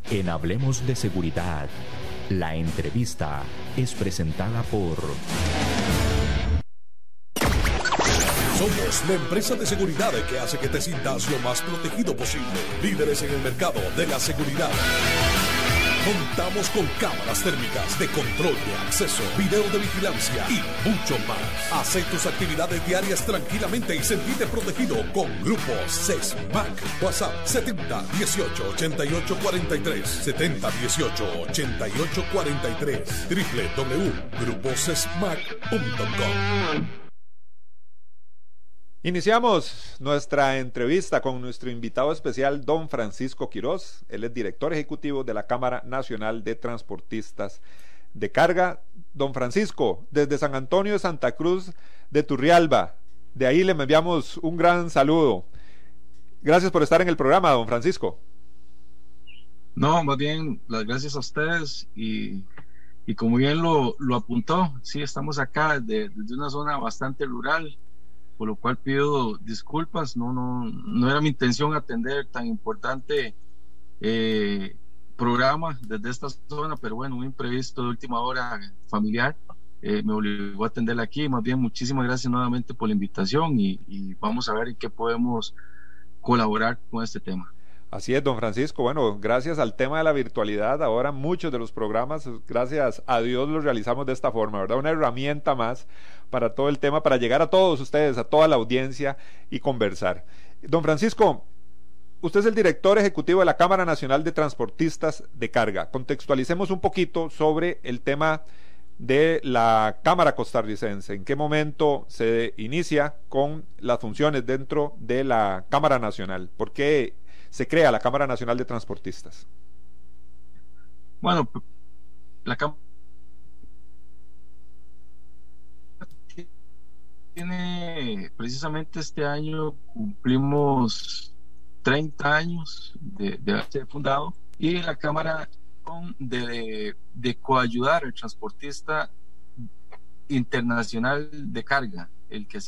En Hablemos de Seguridad, la entrevista es presentada por... Somos la empresa de seguridad que hace que te sientas lo más protegido posible. Líderes en el mercado de la seguridad. Contamos con cámaras térmicas de control de acceso, video de vigilancia y mucho más. Haz tus actividades diarias tranquilamente y sentirte protegido con Grupo CESMAC. WhatsApp 70 18 88 43 70 18 88 43 www.gruposesmac.com. Iniciamos nuestra entrevista con nuestro invitado especial, don Francisco Quiroz. Él es director ejecutivo de la Cámara Nacional de Transportistas de Carga. Don Francisco, desde San Antonio de Santa Cruz de Turrialba, de ahí le enviamos un gran saludo. Gracias por estar en el programa, don Francisco. No, más bien, las gracias a ustedes y como bien lo apuntó, sí, estamos acá desde una zona bastante rural, por lo cual pido disculpas. No era mi intención atender tan importante programa desde esta zona, pero bueno, un imprevisto de última hora familiar me obligó a atenderla aquí. Más bien, muchísimas gracias nuevamente por la invitación y vamos a ver en qué podemos colaborar con este tema. Así es, don Francisco. Bueno, gracias al tema de la virtualidad, ahora muchos de los programas, gracias a Dios, los realizamos de esta forma, ¿verdad? Una herramienta más para todo el tema, para llegar a todos ustedes, a toda la audiencia y conversar. Don Francisco, usted es el director ejecutivo de la Cámara Nacional de Transportistas de Carga. Contextualicemos un poquito sobre el tema de la Cámara Costarricense. ¿En qué momento se inicia con las funciones dentro de la Cámara Nacional? ¿Por qué se crea la Cámara Nacional de Transportistas? Bueno, la Cámara tiene, precisamente este año cumplimos 30 años de haberse fundado, y la Cámara de coayudar al transportista internacional de carga, el que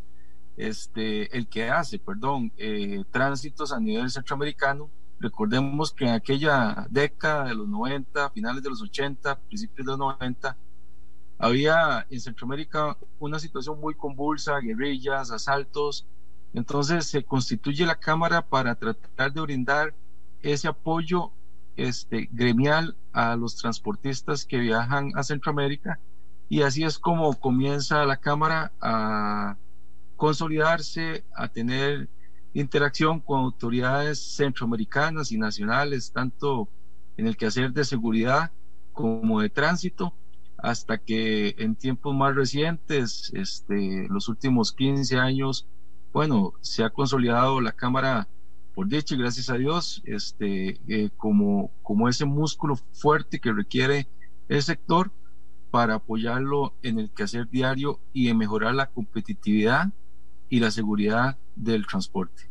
hace tránsitos a nivel centroamericano. Recordemos que en aquella década de los 90, finales de los 80, principios de los 90, había en Centroamérica una situación muy convulsa, guerrillas, asaltos. Entonces se constituye la Cámara para tratar de brindar ese apoyo gremial a los transportistas que viajan a Centroamérica, y así es como comienza la Cámara a consolidarse, a tener interacción con autoridades centroamericanas y nacionales, tanto en el quehacer de seguridad como de tránsito, hasta que en tiempos más recientes, los últimos 15 años, bueno, se ha consolidado la Cámara, por dicha y gracias a Dios, como ese músculo fuerte que requiere el sector para apoyarlo en el quehacer diario y en mejorar la competitividad y la seguridad del transporte.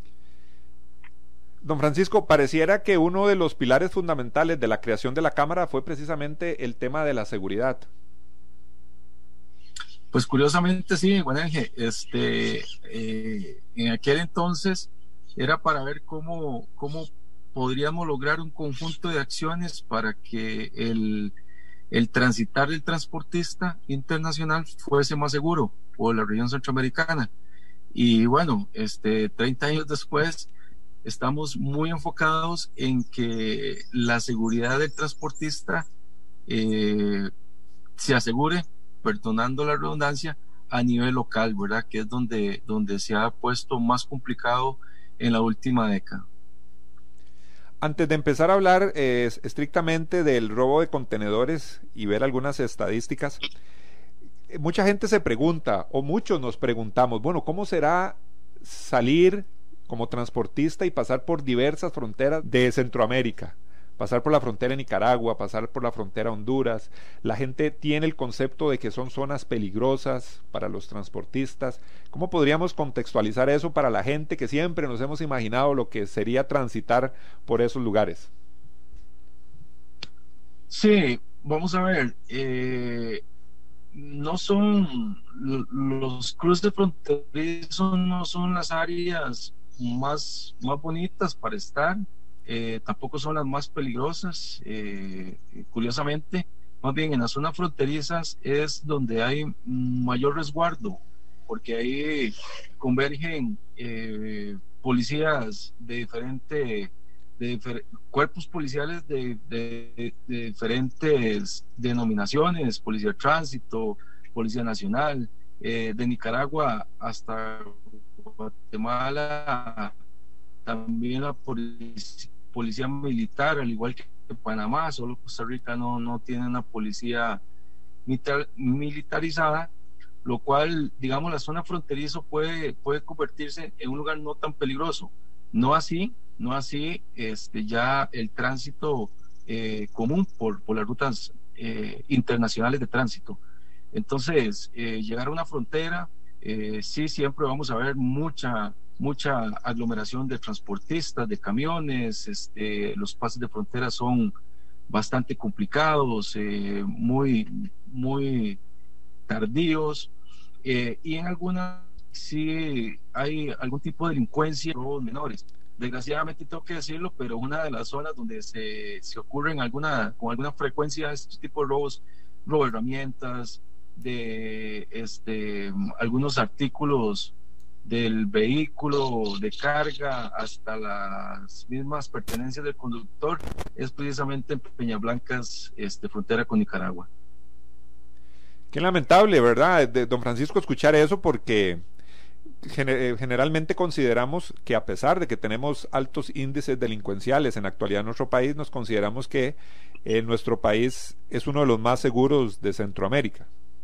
Don Francisco, pareciera que uno de los pilares fundamentales de la creación de la Cámara fue precisamente el tema de la seguridad. Pues curiosamente sí, Juan Ángel, en aquel entonces era para ver cómo podríamos lograr un conjunto de acciones para que el transitar del transportista internacional fuese más seguro por la región centroamericana. Y bueno, 30 años después estamos muy enfocados en que la seguridad del transportista se asegure, perdonando la redundancia, a nivel local, ¿verdad? Que es donde se ha puesto más complicado en la última década. Antes de empezar a hablar estrictamente del robo de contenedores y ver algunas estadísticas, mucha gente se pregunta, o muchos nos preguntamos, bueno, ¿cómo será salir como transportista y pasar por diversas fronteras de Centroamérica? Pasar por la frontera de Nicaragua, pasar por la frontera de Honduras. La gente tiene el concepto de que son zonas peligrosas para los transportistas. ¿Cómo podríamos contextualizar eso para la gente que siempre nos hemos imaginado lo que sería transitar por esos lugares? Sí, vamos a ver. No son los cruces fronterizos, no son las áreas más bonitas para estar. tampoco son las más peligrosas, curiosamente. Más bien en las zonas fronterizas es donde hay mayor resguardo, porque ahí convergen policías cuerpos policiales de diferentes denominaciones: Policía de Tránsito, Policía Nacional, de Nicaragua hasta Guatemala, también la policía militar, al igual que Panamá. Solo Costa Rica no tiene una policía militarizada, lo cual, digamos, la zona fronterizo puede convertirse en un lugar no tan peligroso. No así ya el tránsito común por las rutas internacionales de tránsito. Entonces, llegar a una frontera, sí, siempre vamos a ver mucha aglomeración de transportistas, de camiones. Los pases de frontera son bastante complicados, muy tardíos, y en algunas sí hay algún tipo de delincuencia, robos menores. Desgraciadamente tengo que decirlo, pero una de las zonas donde se ocurren con alguna frecuencia este tipo de robos, robo de herramientas, de algunos artículos del vehículo de carga, hasta las mismas pertenencias del conductor, es precisamente en Peñas Blancas, frontera con Nicaragua. Qué lamentable, ¿verdad, don Francisco, escuchar eso, porque generalmente consideramos que, a pesar de que tenemos altos índices delincuenciales en la actualidad en nuestro país, nos consideramos que nuestro país es uno de los más seguros de Centroamérica.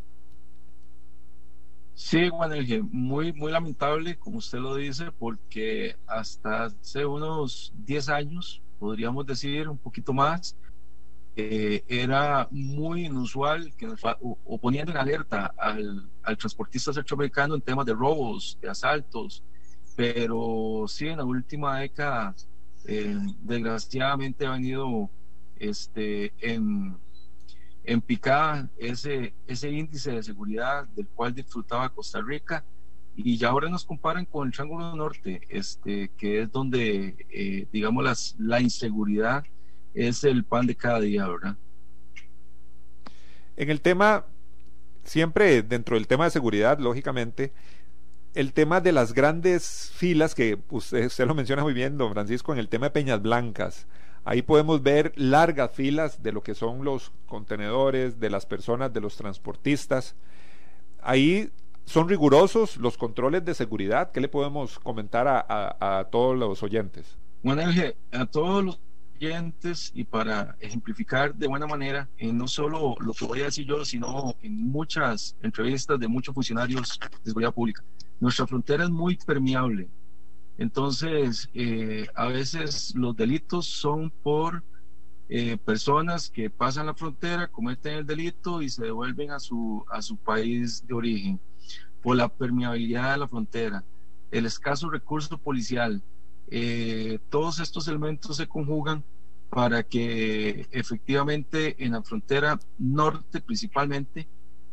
Sí, Juan Elge, muy lamentable, como usted lo dice, porque hasta hace unos 10 años, podríamos decir un poquito más, era muy inusual que o poniendo en alerta al transportista centroamericano en temas de robos, de asaltos, pero sí, en la última década, desgraciadamente ha venido en picada ese índice de seguridad del cual disfrutaba Costa Rica, y ya ahora nos comparan con el Triángulo Norte, que es donde, digamos, la inseguridad es el pan de cada día, ¿verdad? En el tema, siempre dentro del tema de seguridad, lógicamente, el tema de las grandes filas, que usted lo menciona muy bien, don Francisco, en el tema de Peñas Blancas. Ahí podemos ver largas filas de lo que son los contenedores, de las personas, de los transportistas. Ahí son rigurosos los controles de seguridad. ¿Qué le podemos comentar a todos los oyentes? Bueno, a todos los oyentes, y para ejemplificar de buena manera, no solo lo que voy a decir yo, sino en muchas entrevistas de muchos funcionarios de seguridad pública, nuestra frontera es muy permeable. Entonces, a veces los delitos son por personas que pasan la frontera, cometen el delito y se devuelven a su país de origen, por la permeabilidad de la frontera, el escaso recurso policial. Todos estos elementos se conjugan para que efectivamente en la frontera norte principalmente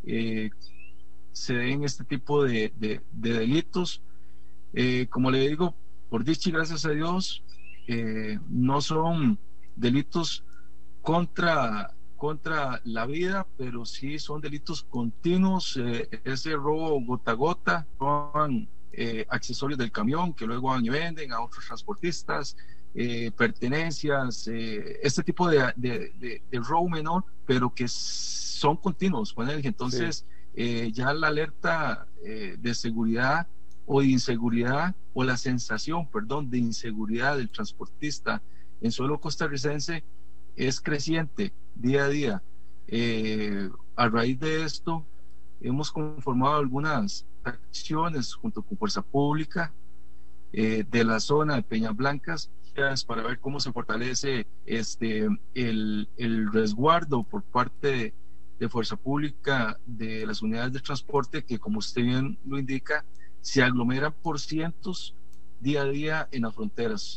se den este tipo de delitos. Como le digo, por dicha y gracias a Dios, no son delitos contra la vida, pero sí son delitos continuos. Ese robo gota a gota, roban accesorios del camión que luego van y venden a otros transportistas, pertenencias, este tipo de robo menor, pero que son continuos. Entonces, ya la alerta de seguridad o de inseguridad, o la sensación, de inseguridad del transportista en suelo costarricense es creciente día a día. A raíz de esto hemos conformado algunas acciones junto con Fuerza Pública de la zona de Peñas Blancas para ver cómo se fortalece el resguardo por parte de Fuerza Pública de las unidades de transporte, que, como usted bien lo indica, se aglomeran por cientos día a día en las fronteras.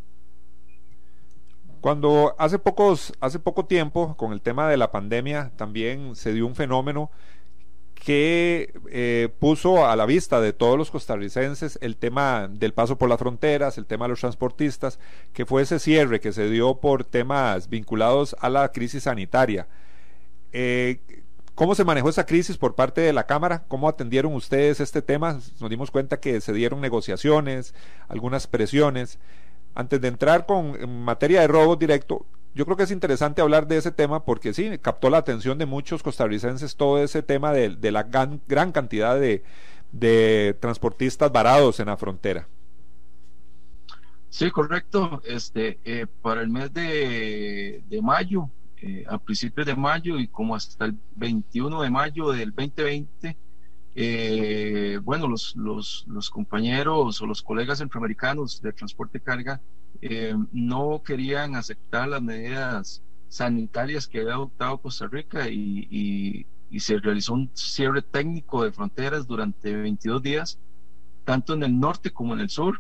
Cuando hace poco tiempo, con el tema de la pandemia, también se dio un fenómeno que puso a la vista de todos los costarricenses el tema del paso por las fronteras, el tema de los transportistas, que fue ese cierre que se dio por temas vinculados a la crisis sanitaria. ¿Cómo se manejó esa crisis por parte de la Cámara? ¿Cómo atendieron ustedes este tema? Nos dimos cuenta que se dieron negociaciones, algunas presiones. Antes de entrar en materia de robo directo, yo creo que es interesante hablar de ese tema porque sí, captó la atención de muchos costarricenses todo ese tema de la gran cantidad de transportistas varados en la frontera. Sí, correcto. Para el mes de mayo, a principios de mayo y como hasta el 21 de mayo del 2020, bueno, los compañeros o los colegas centroamericanos de transporte de carga no querían aceptar las medidas sanitarias que había adoptado Costa Rica y se realizó un cierre técnico de fronteras durante 22 días, tanto en el norte como en el sur,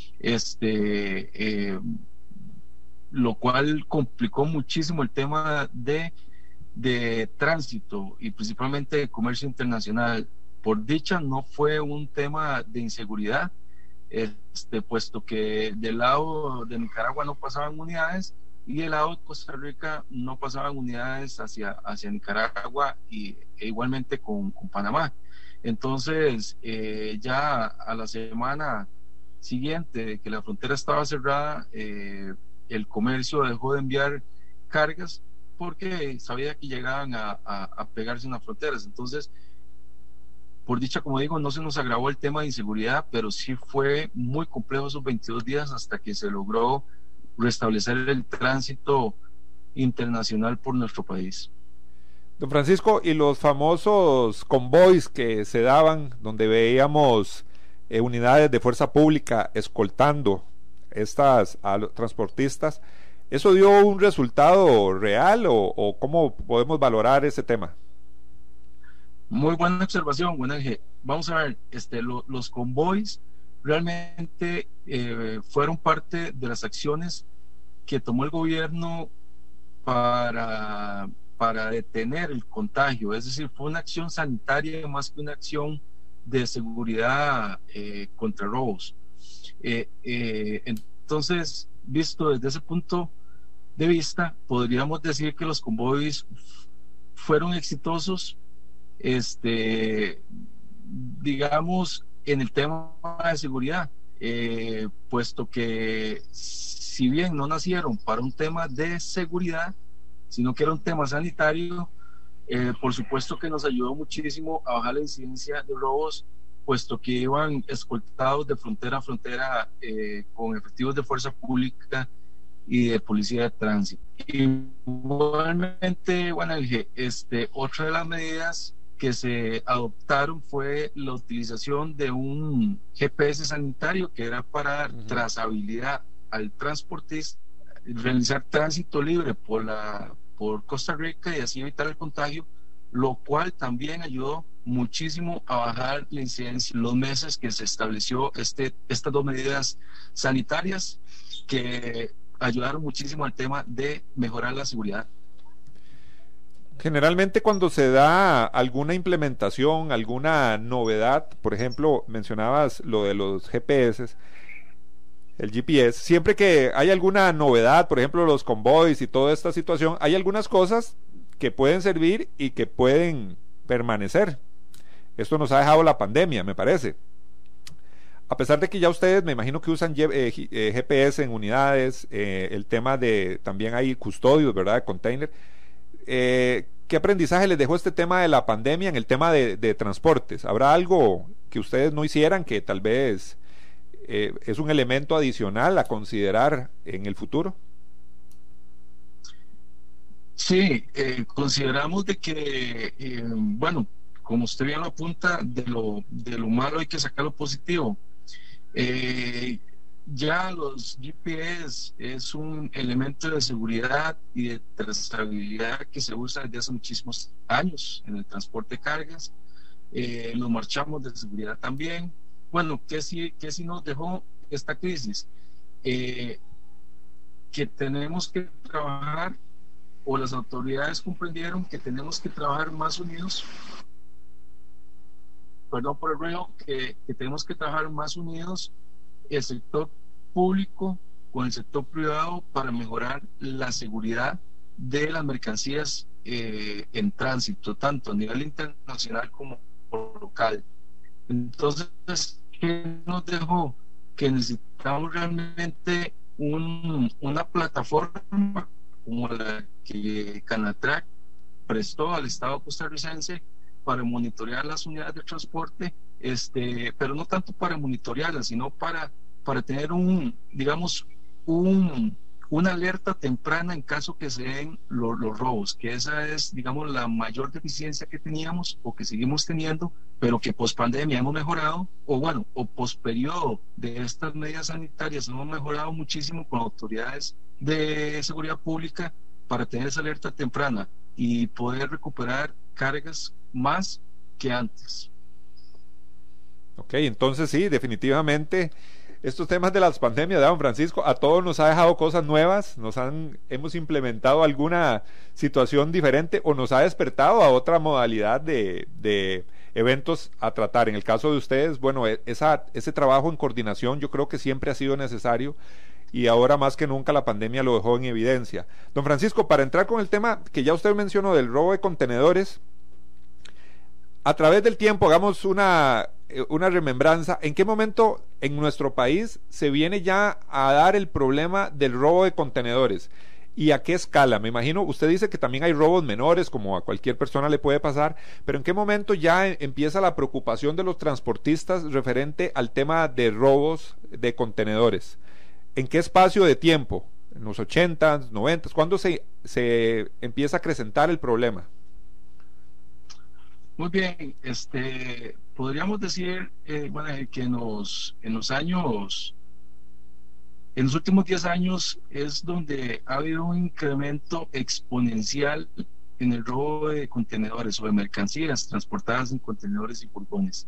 lo cual complicó muchísimo el tema de tránsito y principalmente de comercio internacional. Por dicha no fue un tema de inseguridad, puesto que del lado de Nicaragua no pasaban unidades y del lado de Costa Rica no pasaban unidades hacia Nicaragua e igualmente con Panamá. Entonces ya a la semana siguiente de que la frontera estaba cerrada, el comercio dejó de enviar cargas porque sabía que llegaban a pegarse en las fronteras. Entonces, por dicha, como digo, no se nos agravó el tema de inseguridad, pero sí fue muy complejo esos 22 días hasta que se logró restablecer el tránsito internacional por nuestro país. Don Francisco, y los famosos convoys que se daban, donde veíamos unidades de fuerza pública escoltando a los transportistas, ¿eso dio un resultado real o cómo podemos valorar ese tema? Muy buena observación, buen Ángel. Vamos a ver, los convoys realmente fueron parte de las acciones que tomó el gobierno para detener el contagio, es decir, fue una acción sanitaria más que una acción de seguridad contra robos. Entonces, visto desde ese punto de vista, podríamos decir que los convoys fueron exitosos, digamos, en el tema de seguridad, puesto que si bien no nacieron para un tema de seguridad, sino que era un tema sanitario, por supuesto que nos ayudó muchísimo a bajar la incidencia de robos, puesto que iban escoltados de frontera a frontera con efectivos de fuerza pública y de policía de tránsito. Igualmente, bueno, otra de las medidas que se adoptaron fue la utilización de un GPS sanitario que era para dar trazabilidad al transportista, realizar tránsito libre por Costa Rica y así evitar el contagio, lo cual también ayudó muchísimo a bajar la incidencia en los meses que se estableció estas dos medidas sanitarias que ayudaron muchísimo al tema de mejorar la seguridad. Generalmente cuando se da alguna implementación, alguna novedad, por ejemplo, mencionabas lo de los GPS, el GPS, siempre que hay alguna novedad, por ejemplo los convoys y toda esta situación, hay algunas cosas que pueden servir y que pueden permanecer. Esto nos ha dejado la pandemia, me parece. A pesar de que ya ustedes, me imagino que usan GPS en unidades, el tema de, también hay custodios, ¿verdad?, de container. ¿Qué aprendizaje les dejó este tema de la pandemia en el tema de transportes? ¿Habrá algo que ustedes no hicieran que tal vez es un elemento adicional a considerar en el futuro? Sí, consideramos de que, bueno, como usted bien lo apunta, de lo malo hay que sacar lo positivo. Ya los GPS es un elemento de seguridad y de trazabilidad que se usa desde hace muchísimos años en el transporte de cargas. Los marchamos de seguridad también. Bueno, ¿qué sí nos dejó esta crisis? Que tenemos que trabajar, o las autoridades comprendieron que tenemos que trabajar más unidos perdón por el ruido, que tenemos que trabajar más unidos el sector público con el sector privado para mejorar la seguridad de las mercancías en tránsito, tanto a nivel internacional como local. Entonces, ¿qué nos dejó? Que necesitamos realmente una plataforma como la que Canatrac prestó al Estado costarricense para monitorear las unidades de transporte, pero no tanto para monitorearlas, sino para tener una alerta temprana en caso que se den los robos, que esa es, digamos, la mayor deficiencia que teníamos o que seguimos teniendo, pero que post pandemia hemos mejorado, o post periodo de estas medidas sanitarias hemos mejorado muchísimo con autoridades de seguridad pública para tener esa alerta temprana y poder recuperar cargas más que antes. Ok, entonces sí, definitivamente estos temas de las pandemias, de don Francisco, a todos nos ha dejado cosas nuevas, hemos implementado alguna situación diferente o nos ha despertado a otra modalidad de eventos a tratar. En el caso de ustedes, bueno, ese trabajo en coordinación yo creo que siempre ha sido necesario y ahora más que nunca la pandemia lo dejó en evidencia. Don Francisco, para entrar con el tema que ya usted mencionó del robo de contenedores, a través del tiempo, hagamos una remembranza, ¿en qué momento en nuestro país se viene ya a dar el problema del robo de contenedores? ¿Y a qué escala? Me imagino, usted dice que también hay robos menores, como a cualquier persona le puede pasar, pero ¿en qué momento ya empieza la preocupación de los transportistas referente al tema de robos de contenedores? ¿En qué espacio de tiempo? ¿En los 80s, 90s? ¿Cuándo se empieza a acrecentar el problema? Muy bien, podríamos decir que en los últimos 10 años es donde ha habido un incremento exponencial en el robo de contenedores o de mercancías transportadas en contenedores y furgones.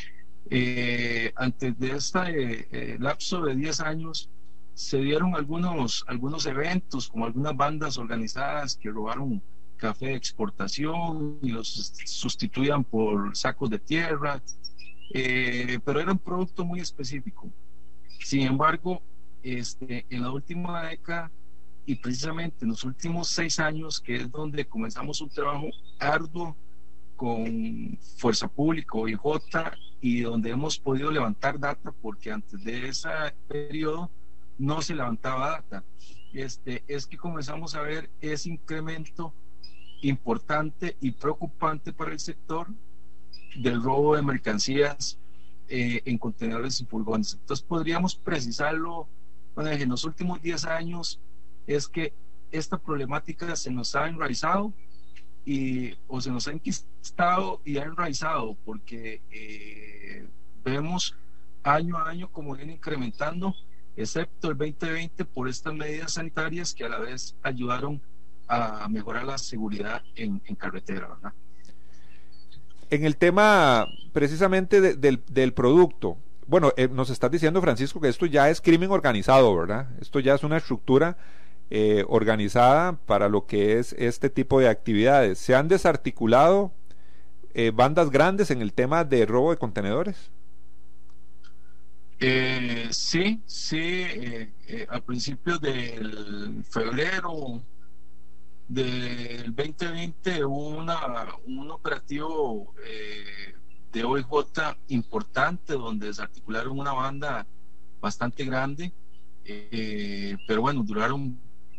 Antes de este lapso de 10 años se dieron algunos eventos, como algunas bandas organizadas que robaron café de exportación y los sustituían por sacos de tierra, pero era un producto muy específico. Sin embargo, en la última década y precisamente en los últimos 6 años, que es donde comenzamos un trabajo arduo con Fuerza Pública, OIJ, y donde hemos podido levantar data, porque antes de ese periodo no se levantaba data, es que comenzamos a ver ese incremento importante y preocupante para el sector del robo de mercancías en contenedores y furgones. Entonces podríamos precisarlo, en los últimos 10 años es que esta problemática se nos ha enraizado o se nos ha enquistado y ha enraizado, porque vemos año a año como viene incrementando, excepto el 2020 por estas medidas sanitarias que a la vez ayudaron a mejorar la seguridad en carretera, ¿verdad? En el tema precisamente del producto, bueno, nos estás diciendo, Francisco, que esto ya es crimen organizado, ¿verdad? Esto ya es una estructura organizada para lo que es este tipo de actividades. ¿Se han desarticulado bandas grandes en el tema de robo de contenedores? Sí, a principios del febrero del 2020 hubo un operativo de OIJ importante donde desarticularon una banda bastante grande, pero bueno, duraron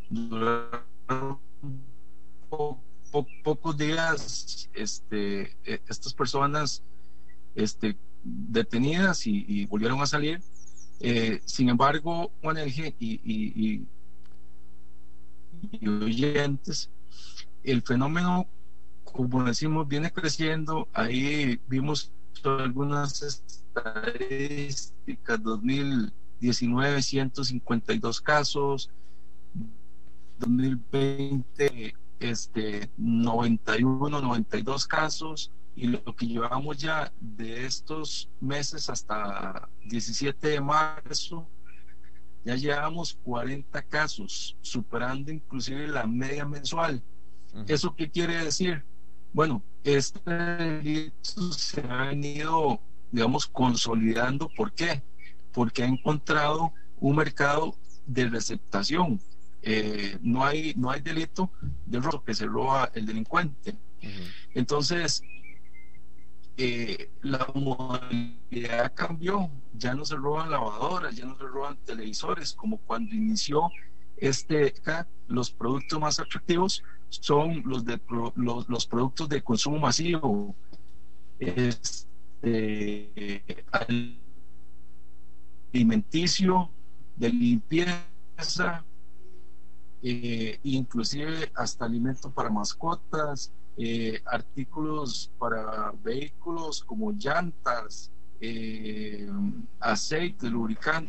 pocos días estas personas detenidas y volvieron a salir. Sin embargo, Juan Elge y oyentes, el fenómeno, como decimos, viene creciendo. Ahí vimos algunas estadísticas: 2019 152 casos, 2020 92 casos, y lo que llevamos ya de estos meses hasta 17 de marzo ya llevamos 40 casos, superando inclusive la media mensual. ¿Eso qué quiere decir? Bueno, este delito se ha venido, digamos, consolidando. ¿Por qué? Porque ha encontrado un mercado de receptación. No hay delito de robo que se roba el delincuente. Entonces, la modalidad cambió. Ya no se roban lavadoras, ya no se roban televisores, como cuando inició los productos más atractivos son los productos de consumo masivo, alimenticio, de limpieza, inclusive hasta alimentos para mascotas, artículos para vehículos como llantas, aceite, lubricante.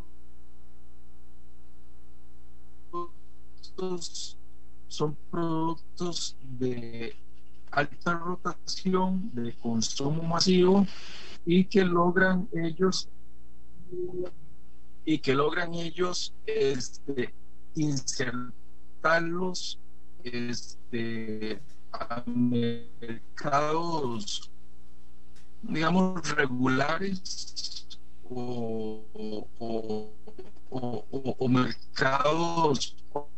Estos son productos de alta rotación, de consumo masivo, y que logran ellos insertarlos a mercados, digamos, regulares o mercados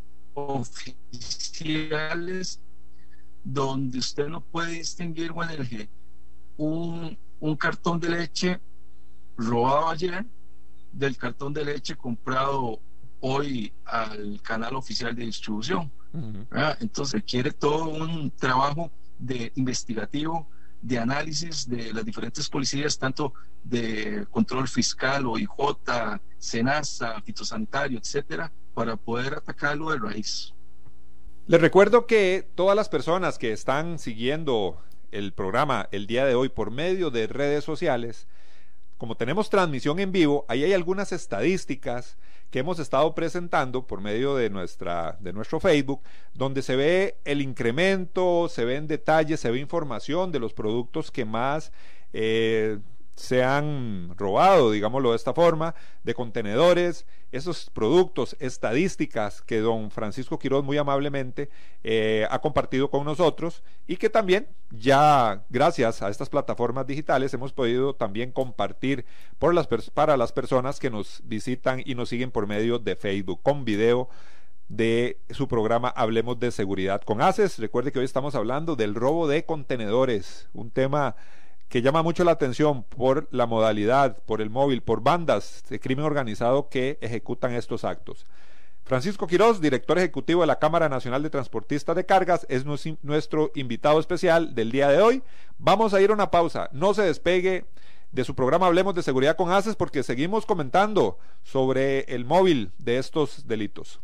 oficiales, donde usted no puede distinguir, un cartón de leche robado ayer del cartón de leche comprado hoy al canal oficial de distribución. Entonces requiere todo un trabajo investigativo, de análisis de las diferentes policías, tanto de control fiscal, OIJ, SENASA, fitosanitario, etcétera, para poder atacarlo de raíz. Les recuerdo que todas las personas que están siguiendo el programa el día de hoy por medio de redes sociales, como tenemos transmisión en vivo, ahí hay algunas estadísticas que hemos estado presentando por medio de nuestro Facebook, donde se ve el incremento, se ven detalles, se ve información de los productos que más se han robado, digámoslo de esta forma, de contenedores, esos productos, estadísticas que don Francisco Quiroz muy amablemente ha compartido con nosotros, y que también ya gracias a estas plataformas digitales hemos podido también compartir para las personas que nos visitan y nos siguen por medio de Facebook, con video de su programa Hablemos de Seguridad con ACES. Recuerde que hoy estamos hablando del robo de contenedores, un tema que llama mucho la atención por la modalidad, por el móvil, por bandas de crimen organizado que ejecutan estos actos. Francisco Quiroz, director ejecutivo de la Cámara Nacional de Transportistas de Cargas, es nuestro invitado especial del día de hoy. Vamos a ir a una pausa, no se despegue de su programa Hablemos de Seguridad con ACES, porque seguimos comentando sobre el móvil de estos delitos.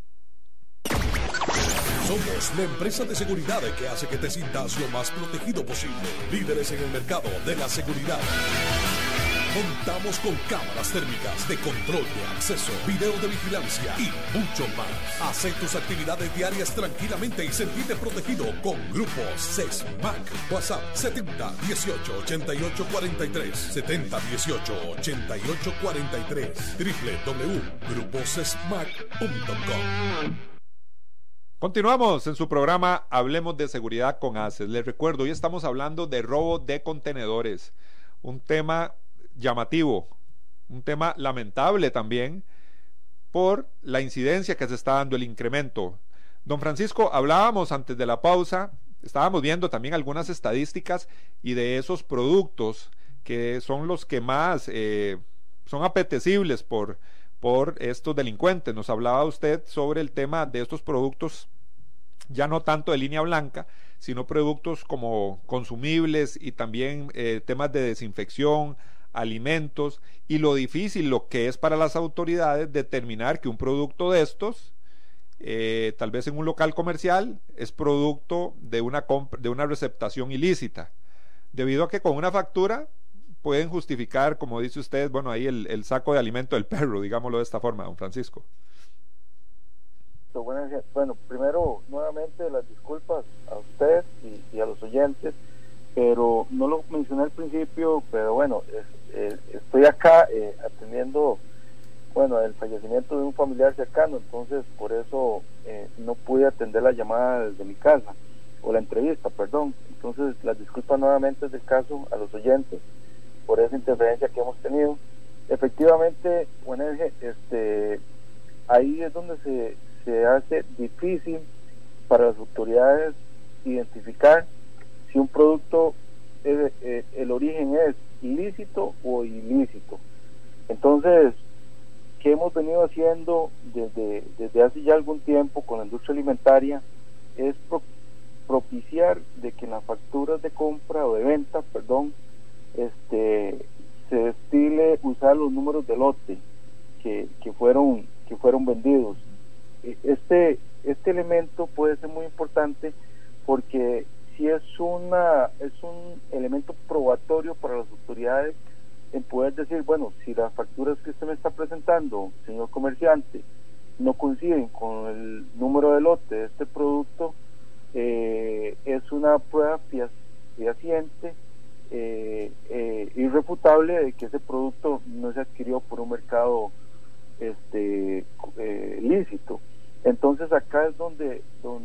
Somos la empresa de seguridad que hace que te sientas lo más protegido posible. Líderes en el mercado de la seguridad. Contamos con cámaras térmicas de control de acceso, video de vigilancia y mucho más. Haz tus actividades diarias tranquilamente y sentirte protegido con Grupos CESMAC. WhatsApp 70 18 88 43 70 18 88 43 www.gruposcesmac.com. Continuamos en su programa Hablemos de Seguridad con ACES. Les recuerdo, hoy estamos hablando de robo de contenedores, un tema llamativo, un tema lamentable también por la incidencia que se está dando, el incremento. Don Francisco, hablábamos antes de la pausa, estábamos viendo también algunas estadísticas y de esos productos que son los que más son apetecibles por estos delincuentes. Nos hablaba usted sobre el tema de estos productos, ya no tanto de línea blanca, sino productos como consumibles y también temas de desinfección, alimentos, y lo difícil lo que es para las autoridades determinar que un producto de estos, tal vez en un local comercial, es producto de una receptación ilícita, debido a que con una factura pueden justificar, como dice usted, bueno, ahí el saco de alimento del perro, digámoslo de esta forma, don Francisco. Bueno, primero, nuevamente las disculpas a usted y a los oyentes, pero no lo mencioné al principio, pero bueno, estoy acá atendiendo, el fallecimiento de un familiar cercano, entonces por eso no pude atender la llamada desde mi casa. o la entrevista, perdón. Entonces, las disculpas nuevamente del caso a los oyentes por esa interferencia que hemos tenido. Efectivamente, ahí es donde se hace difícil para las autoridades identificar si un producto, el origen es ilícito o ilícito. Entonces, ¿qué hemos venido haciendo desde hace ya algún tiempo con la industria alimentaria? Es propiciar de que en las facturas de compra o de venta, se destile usar los números de lote que fueron vendidos. Este elemento puede ser muy importante porque si es un elemento probatorio para las autoridades en poder decir, bueno, si las facturas que usted me está presentando, señor comerciante, no coinciden con el número de lote de este producto, es una prueba fehaciente, irrefutable de que ese producto no se adquirió por un mercado lícito. Entonces acá es donde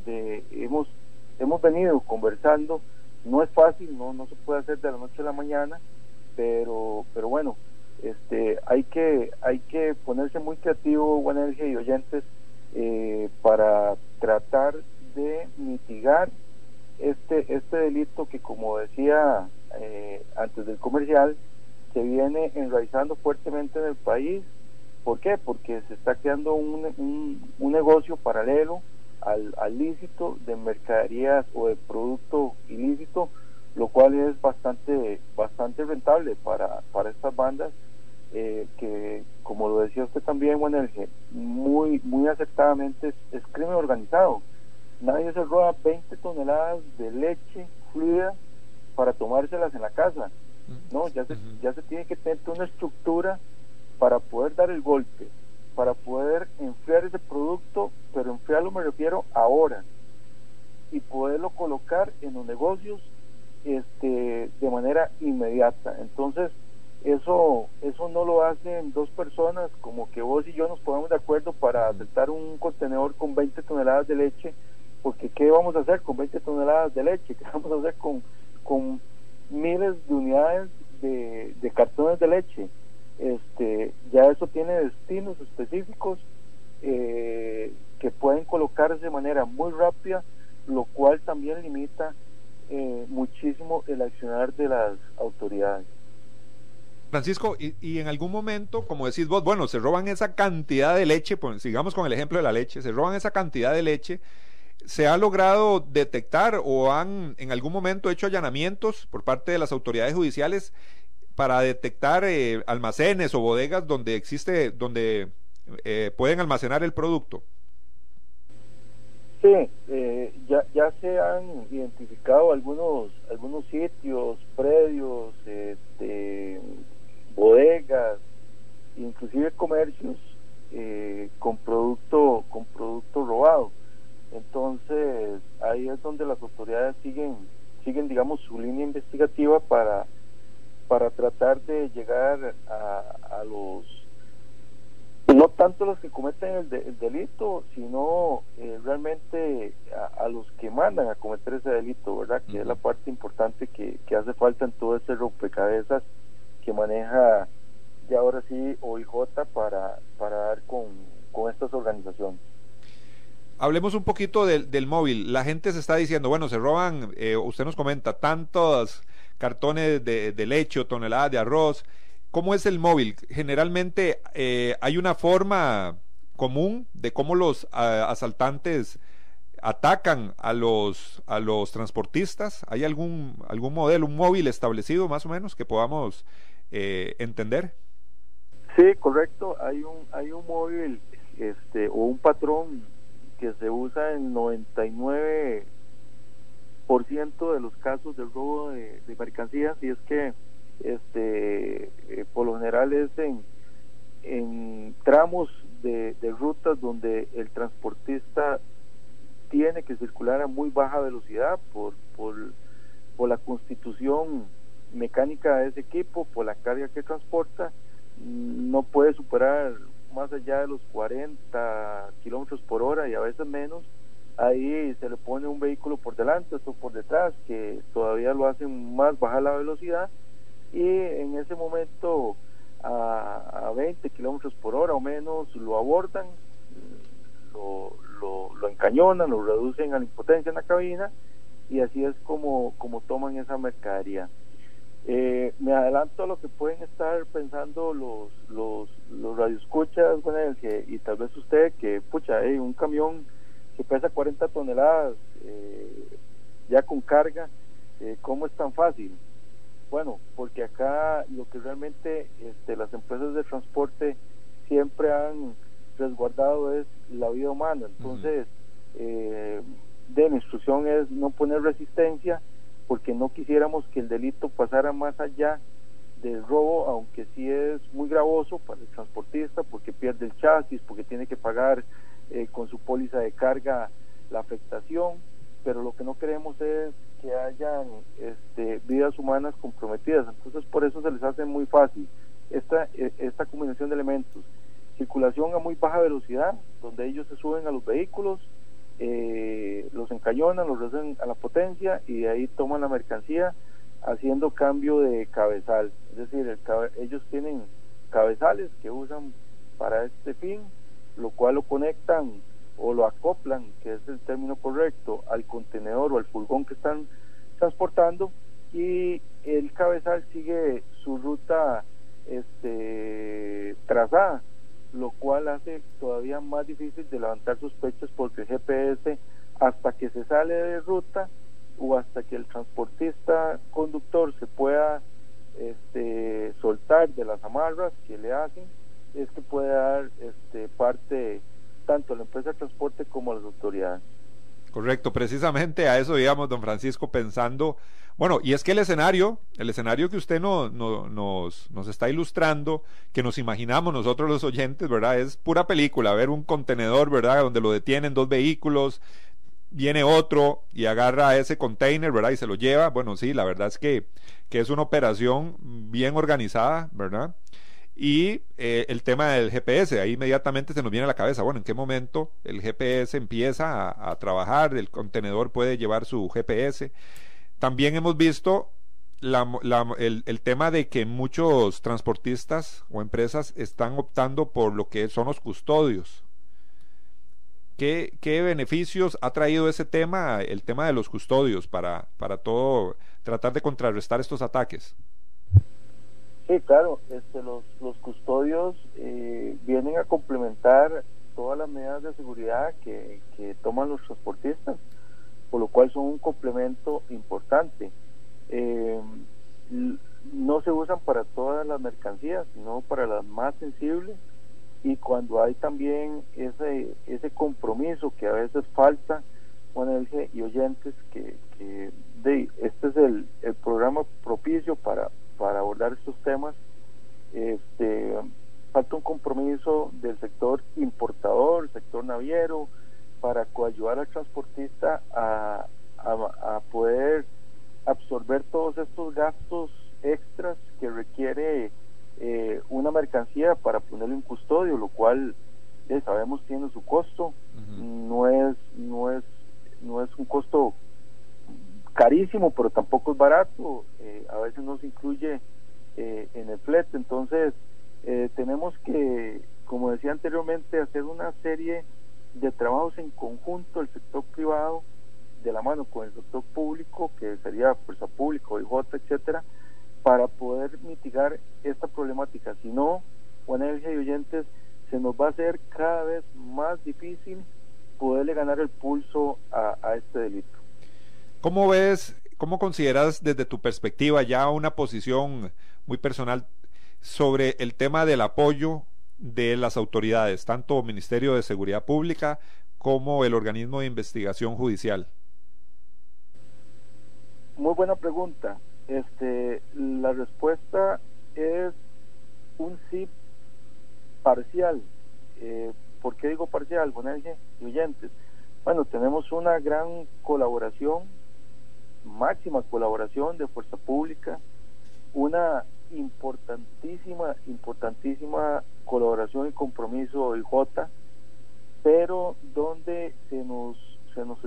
hemos venido conversando. No es fácil, no se puede hacer de la noche a la mañana, pero bueno, hay que ponerse muy creativo, Buena Energía y oyentes, para tratar de mitigar este delito que, como decía antes del comercial, se viene enraizando fuertemente en el país. ¿Por qué? Porque se está creando un negocio paralelo al lícito de mercaderías o de producto ilícito, lo cual es bastante rentable para estas bandas, que, como lo decía usted también, bueno, muy acertadamente, es crimen organizado. Nadie se roba 20 toneladas de leche fluida para tomárselas en la casa, ¿no? Ya se tiene que tener una estructura para poder dar el golpe, para poder enfriar ese producto, pero enfriarlo me refiero ahora, y poderlo colocar en los negocios de manera inmediata. Entonces, eso no lo hacen dos personas, como que vos y yo nos ponemos de acuerdo para aceptar un contenedor con 20 toneladas de leche, porque ¿qué vamos a hacer con 20 toneladas de leche? ¿Qué vamos a hacer con miles de unidades de cartones de leche? Ya eso tiene destinos específicos que pueden colocarse de manera muy rápida, lo cual también limita muchísimo el accionar de las autoridades. Francisco, y en algún momento, como decís vos, bueno, se roban esa cantidad de leche, pues, sigamos con el ejemplo de la leche, se roban esa cantidad de leche, ¿se ha logrado detectar o han en algún momento hecho allanamientos por parte de las autoridades judiciales para detectar almacenes o bodegas donde pueden almacenar el producto? Sí, ya se han identificado algunos sitios, predios, bodegas, inclusive comercios con producto robado. Entonces ahí es donde las autoridades siguen digamos su línea investigativa para tratar de llegar a los, no tanto los que cometen el delito, sino realmente a los que mandan a cometer ese delito, ¿verdad? Que es la parte importante que hace falta en todo ese rompecabezas que maneja ya ahora sí OIJ para dar con estas organizaciones. Hablemos un poquito del móvil. La gente se está diciendo, bueno, se roban, usted nos comenta, tantos cartones de leche o toneladas de arroz. ¿Cómo es el móvil? Generalmente hay una forma común de cómo los asaltantes atacan a los transportistas. ¿Hay algún modelo, un móvil establecido más o menos que podamos entender? Sí, correcto. Hay un móvil o un patrón que se usa en 99% de los casos de robo de mercancías, y es que por lo general es en tramos de rutas donde el transportista tiene que circular a muy baja velocidad por la constitución mecánica de ese equipo, por la carga que transporta, no puede superar más allá de los 40 kilómetros por hora y a veces menos ahí se le pone un vehículo por delante, otro por detrás, que todavía lo hacen más bajar la velocidad, y en ese momento a 20 kilómetros por hora o menos lo abordan, lo encañonan, lo reducen a la impotencia en la cabina, y así es como toman esa mercadería. Me adelanto a lo que pueden estar pensando los radioescuchas, bueno, y tal vez usted, que pucha, un camión que pesa 40 toneladas ya con carga, ¿cómo es tan fácil? Bueno, porque acá lo que realmente las empresas de transporte siempre han resguardado es la vida humana. Entonces, la instrucción es no poner resistencia, porque no quisiéramos que el delito pasara más allá del robo, aunque sí es muy gravoso para el transportista, porque pierde el chasis, porque tiene que pagar con su póliza de carga la afectación, pero lo que no queremos es que hayan vidas humanas comprometidas. Entonces por eso se les hace muy fácil esta combinación de elementos: circulación a muy baja velocidad, donde ellos se suben a los vehículos, los encañonan, los reducen a la potencia, y de ahí toman la mercancía haciendo cambio de cabezal. Es decir, ellos tienen cabezales que usan para este fin, lo cual lo conectan o lo acoplan, que es el término correcto, al contenedor o al furgón que están transportando, y el cabezal sigue su ruta trazada, lo cual hace todavía más difícil de levantar sospechas, porque el GPS, hasta que se sale de ruta o hasta que el transportista conductor se pueda soltar de las amarras que le hacen, es que puede dar parte tanto a la empresa de transporte como a las autoridades. Correcto, precisamente a eso, digamos, don Francisco, pensando, bueno, y es que el escenario que usted nos está ilustrando, que nos imaginamos nosotros los oyentes, ¿verdad? Es pura película, ver un contenedor, ¿verdad? Donde lo detienen dos vehículos, viene otro y agarra ese container, ¿verdad? Y se lo lleva. Bueno, sí, la verdad es que es una operación bien organizada, ¿verdad? Y el tema del GPS, ahí inmediatamente se nos viene a la cabeza, bueno, ¿en qué momento el GPS empieza a trabajar? El contenedor puede llevar su GPS. También hemos visto el tema de que muchos transportistas o empresas están optando por lo que son los custodios. ¿Qué beneficios ha traído ese tema, el tema de los custodios, para todo, tratar de contrarrestar estos ataques? Sí, claro, los custodios vienen a complementar todas las medidas de seguridad que toman los transportistas, por lo cual son un complemento importante. No se usan para todas las mercancías, sino para las más sensibles, y cuando hay también ese compromiso que a veces falta, bueno, y oyentes, que este es el programa propicio para abordar estos temas. Falta un compromiso del sector importador, sector naviero, para coayudar al transportista a poder absorber todos estos gastos extras que requiere una mercancía para ponerlo en custodio, lo cual sabemos tiene su costo. No es un costo carísimo, pero tampoco es barato. A veces no se incluye en el flete. Entonces tenemos que, como decía anteriormente, hacer una serie de trabajos en conjunto, el sector privado de la mano con el sector público, que sería Fuerza Pública, OIJ, etcétera, para poder mitigar esta problemática. Si no, Juan Elge y oyentes, se nos va a hacer cada vez más difícil poderle ganar el pulso a este delito. ¿Cómo ves, cómo consideras desde tu perspectiva, ya una posición muy personal, sobre el tema del apoyo de las autoridades, tanto Ministerio de Seguridad Pública como el organismo de investigación judicial? Muy buena pregunta. La respuesta es un sí parcial. ¿Por qué digo parcial, Bonaje y oyentes? Bueno, tenemos una gran colaboración, máxima colaboración de Fuerza Pública, una importantísima colaboración y compromiso de OIJ, pero donde se nos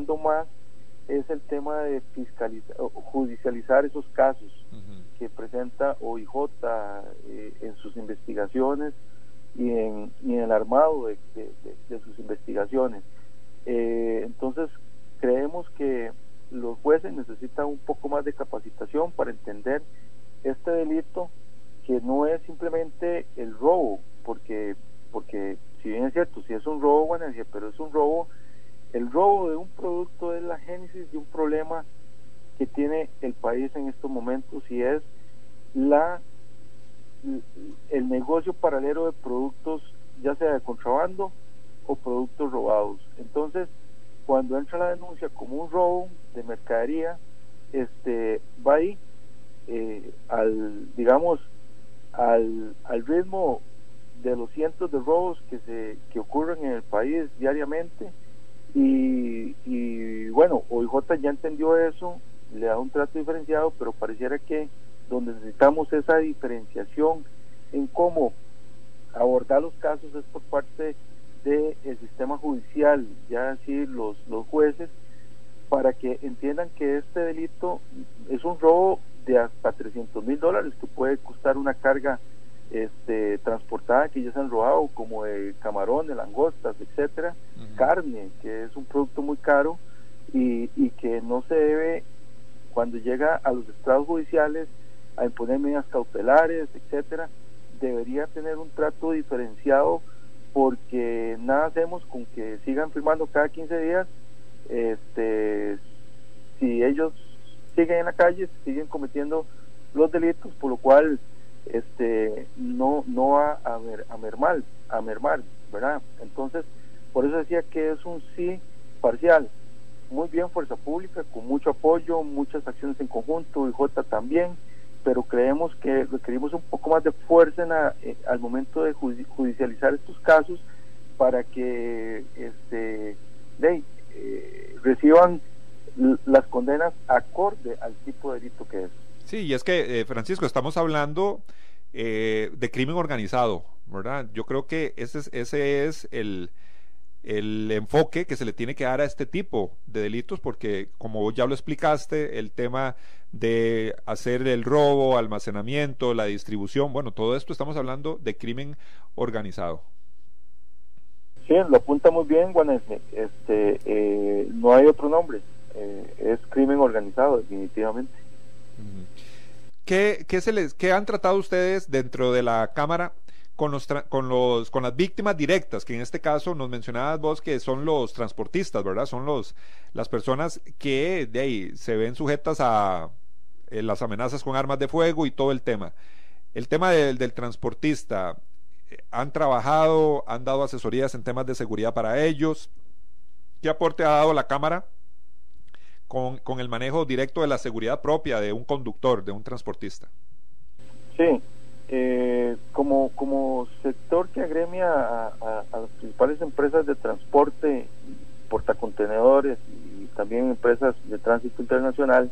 complicando más es el tema de judicializar esos casos que presenta OIJ en sus investigaciones y en el armado de sus investigaciones. Entonces creemos que los jueces necesitan un poco más de capacitación para entender este delito, que no es simplemente el robo, porque si bien es cierto, si es un robo, bueno, pero es un robo. El robo de un producto es la génesis de un problema que tiene el país en estos momentos, y es el negocio paralelo de productos, ya sea de contrabando o productos robados. Entonces, cuando entra la denuncia como un robo de mercadería, va ahí al ritmo de los cientos de robos que ocurren en el país diariamente. Y bueno, OIJ ya entendió eso, le da un trato diferenciado, pero pareciera que donde necesitamos esa diferenciación en cómo abordar los casos es por parte del sistema judicial, ya así los jueces, para que entiendan que este delito es un robo de hasta $300,000 que puede costar una carga transportada que ya se han robado, como de camarón, de langostas, etcétera, carne, que es un producto muy caro y que no se debe, cuando llega a los estrados judiciales, a imponer medidas cautelares, etcétera. Debería tener un trato diferenciado, porque nada hacemos con que sigan firmando cada 15 días. Si ellos siguen en la calle, siguen cometiendo los delitos, por lo cual no va a mermar, ¿verdad? Entonces, por eso decía que es un sí parcial. Muy bien Fuerza Pública, con mucho apoyo, muchas acciones en conjunto, IJ también, pero creemos que requerimos un poco más de fuerza al momento de judicializar estos casos, para que reciban las condenas acorde al tipo de delito que es. Sí, y es que, Francisco, estamos hablando de crimen organizado, ¿verdad? Yo creo que ese es el enfoque que se le tiene que dar a este tipo de delitos, porque como ya lo explicaste, el tema de hacer el robo, almacenamiento, la distribución, bueno, todo esto estamos hablando de crimen organizado. Sí, lo apunta muy bien, Juanesme. No hay otro nombre, es crimen organizado, definitivamente. ¿Qué han tratado ustedes dentro de la Cámara con las víctimas directas, que en este caso nos mencionabas vos que son los transportistas, ¿verdad? Son las personas que de ahí se ven sujetas a las amenazas con armas de fuego y todo el tema. El tema del transportista, ¿han trabajado, han dado asesorías en temas de seguridad para ellos? ¿Qué aporte ha dado la Cámara con el manejo directo de la seguridad propia de un conductor, de un transportista? Sí, como sector que agremia a las principales empresas de transporte, portacontenedores y también empresas de tránsito internacional,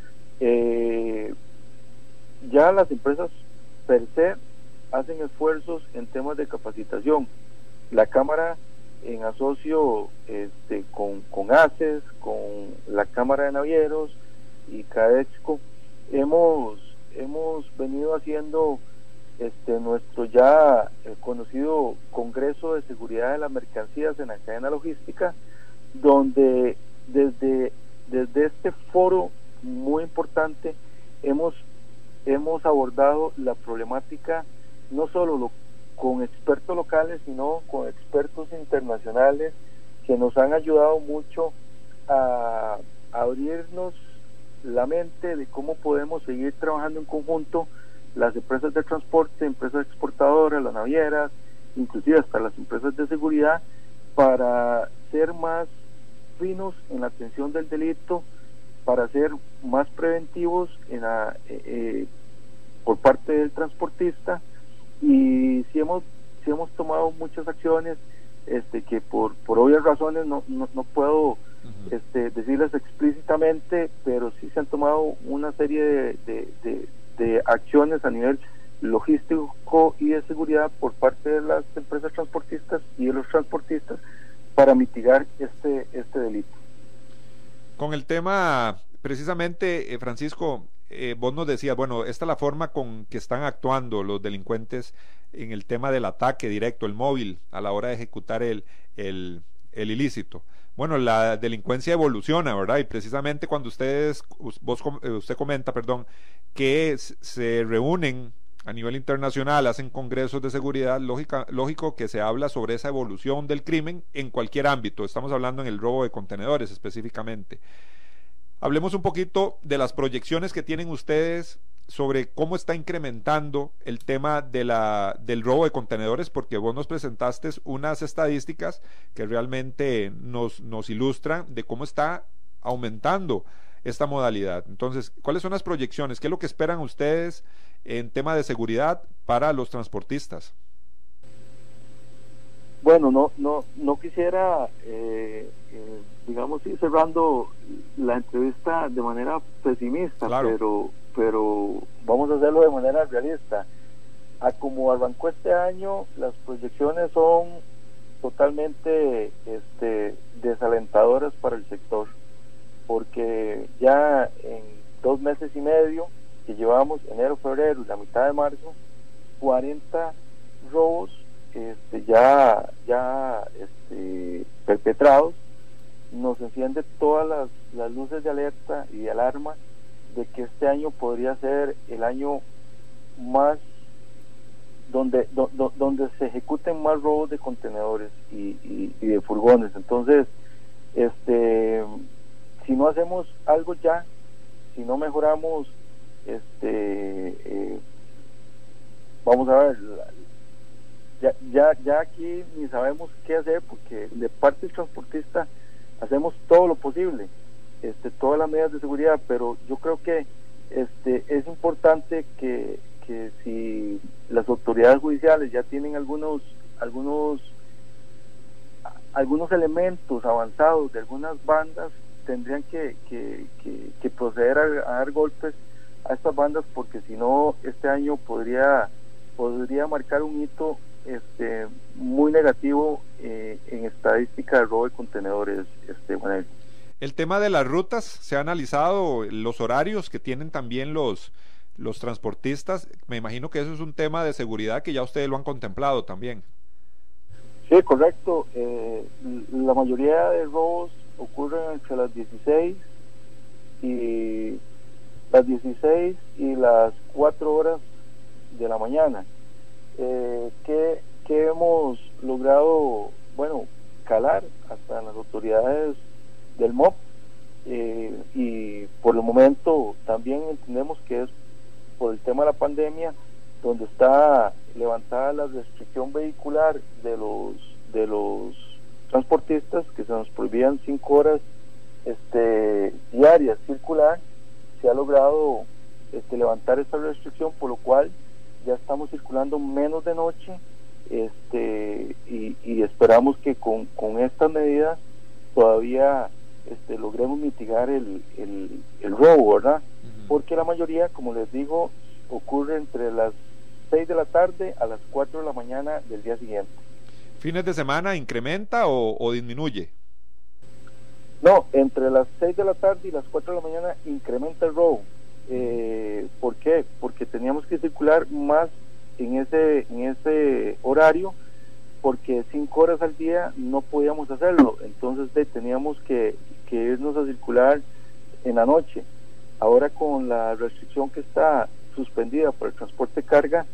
ya las empresas per se hacen esfuerzos en temas de capacitación. La Cámara, en asocio con ACES, con la Cámara de Navieros y CAEXCO, hemos venido haciendo nuestro ya conocido Congreso de Seguridad de las Mercancías en la Cadena Logística, donde desde este foro muy importante hemos abordado la problemática no solo con expertos locales, sino con expertos internacionales que nos han ayudado mucho a abrirnos la mente de cómo podemos seguir trabajando en conjunto, las empresas de transporte, empresas exportadoras, las navieras, inclusive hasta las empresas de seguridad, para ser más finos en la atención del delito, para ser más preventivos por parte del transportista. Y sí hemos tomado muchas acciones que por obvias razones no puedo decirlas explícitamente, pero sí se han tomado una serie de acciones a nivel logístico y de seguridad por parte de las empresas transportistas y de los transportistas para mitigar este delito. Con el tema, precisamente, Francisco, vos nos decías, bueno, esta es la forma con que están actuando los delincuentes en el tema del ataque directo, el móvil, a la hora de ejecutar el ilícito. Bueno, la delincuencia evoluciona, ¿verdad? Y precisamente cuando usted comenta, perdón, que se reúnen a nivel internacional, hacen congresos de seguridad, lógico que se habla sobre esa evolución del crimen en cualquier ámbito. Estamos hablando en el robo de contenedores específicamente. Hablemos un poquito de las proyecciones que tienen ustedes sobre cómo está incrementando el tema del robo de contenedores, porque vos nos presentaste unas estadísticas que realmente nos ilustran de cómo está aumentando esta modalidad. Entonces, ¿cuáles son las proyecciones? ¿Qué es lo que esperan ustedes en tema de seguridad para los transportistas? Bueno, no quisiera, digamos, ir cerrando la entrevista de manera pesimista, claro, pero vamos a hacerlo de manera realista. A como arrancó este año, las proyecciones son totalmente desalentadoras para el sector, porque ya en 2 meses y medio que llevamos, enero, febrero y la mitad de marzo, 40 robos perpetrados, nos enciende todas las luces de alerta y de alarma de que este año podría ser el año más donde se ejecuten más robos de contenedores y de furgones. Entonces, si no hacemos algo ya, si no mejoramos, vamos a ver, ya aquí ni sabemos qué hacer, porque de parte del transportista hacemos todo lo posible, todas las medidas de seguridad, pero yo creo que es importante que si las autoridades judiciales ya tienen algunos elementos avanzados de algunas bandas, tendrían que proceder a dar golpes a estas bandas, porque si no, este año podría marcar un hito muy negativo en estadística de robo de contenedores. Bueno. El tema de las rutas, ¿se ha analizado los horarios que tienen también los transportistas? Me imagino que eso es un tema de seguridad que ya ustedes lo han contemplado también. Sí, correcto. La mayoría de robos ocurren entre las 16 y las 4 horas de la mañana. Que hemos logrado, bueno, calar hasta las autoridades del MOP, y por el momento también entendemos que es por el tema de la pandemia, donde está levantada la restricción vehicular de los transportistas, que se nos prohibían 5 horas diarias circular. Se ha logrado levantar esta restricción, por lo cual ya estamos circulando menos de noche, y esperamos que con estas medidas todavía logremos mitigar el robo, ¿verdad? Uh-huh. Porque la mayoría, como les digo, ocurre entre las 6 de la tarde a las 4 de la mañana del día siguiente. ¿Fines de semana incrementa o disminuye? No, entre las 6 de la tarde y las 4 de la mañana incrementa el robo. ¿Por qué? Porque teníamos que circular más en ese horario, porque 5 horas al día no podíamos hacerlo. Entonces teníamos que irnos a circular en la noche. Ahora, con la restricción que está suspendida por el transporte de carga,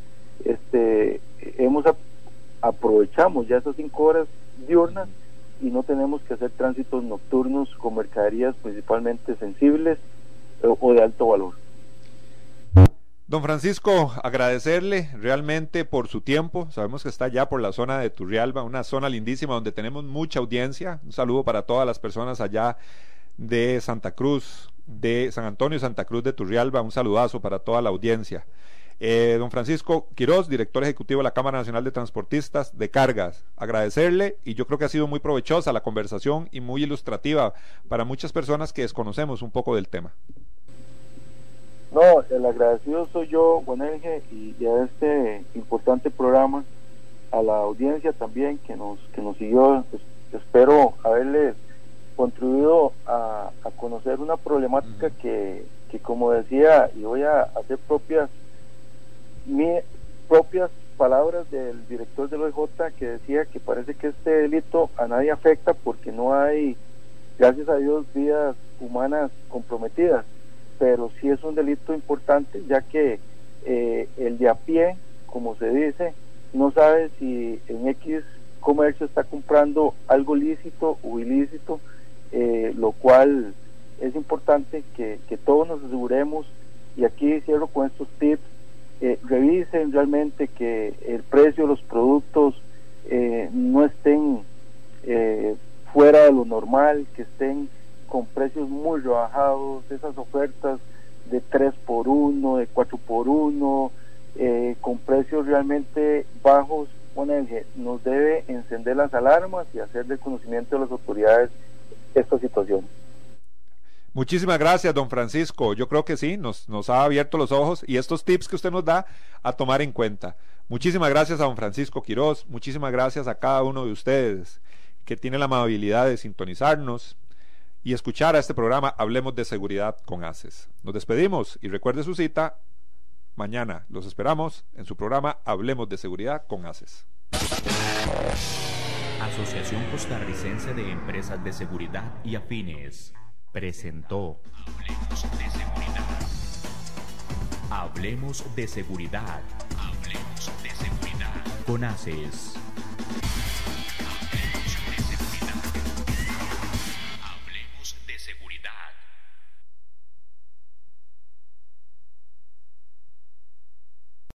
aprovechamos ya esas 5 horas diurnas y no tenemos que hacer tránsitos nocturnos con mercaderías principalmente sensibles o de alto valor. Don Francisco, agradecerle realmente por su tiempo. Sabemos que está ya por la zona de Turrialba, una zona lindísima donde tenemos mucha audiencia. Un saludo para todas las personas allá de Santa Cruz, de San Antonio y Santa Cruz de Turrialba. Un saludazo para toda la audiencia. Don Francisco Quiroz, director ejecutivo de la Cámara Nacional de Transportistas de Cargas, agradecerle, y yo creo que ha sido muy provechosa la conversación y muy ilustrativa para muchas personas que desconocemos un poco del tema. No, el agradecido soy yo, Buenelge, y a este importante programa, a la audiencia también que nos siguió. Espero haberles contribuido a conocer una problemática que como decía, y voy a hacer mis propias palabras del director del OIJ, que decía que parece que este delito a nadie afecta porque no hay, gracias a Dios, vidas humanas comprometidas, pero sí es un delito importante, ya que el de a pie, como se dice, no sabe si en X comercio está comprando algo lícito o ilícito, lo cual es importante que todos nos aseguremos, y aquí cierro con estos tips. Revisen realmente que el precio de los productos no estén fuera de lo normal, que estén con precios muy rebajados, esas ofertas de 3x1, de 4x1, con precios realmente bajos. Bueno, nos debe encender las alarmas y hacer de conocimiento de las autoridades esta situación. Muchísimas gracias, don Francisco. Yo creo que sí, nos ha abierto los ojos, y estos tips que usted nos da a tomar en cuenta. Muchísimas gracias a don Francisco Quiroz, muchísimas gracias a cada uno de ustedes que tiene la amabilidad de sintonizarnos y escuchar a este programa Hablemos de Seguridad con ACES. Nos despedimos y recuerde su cita mañana. Los esperamos en su programa Hablemos de Seguridad con ACES. Asociación Costarricense de Empresas de Seguridad y Afines presentó Hablemos de Seguridad. Hablemos de Seguridad. Hablemos de Seguridad con ACES.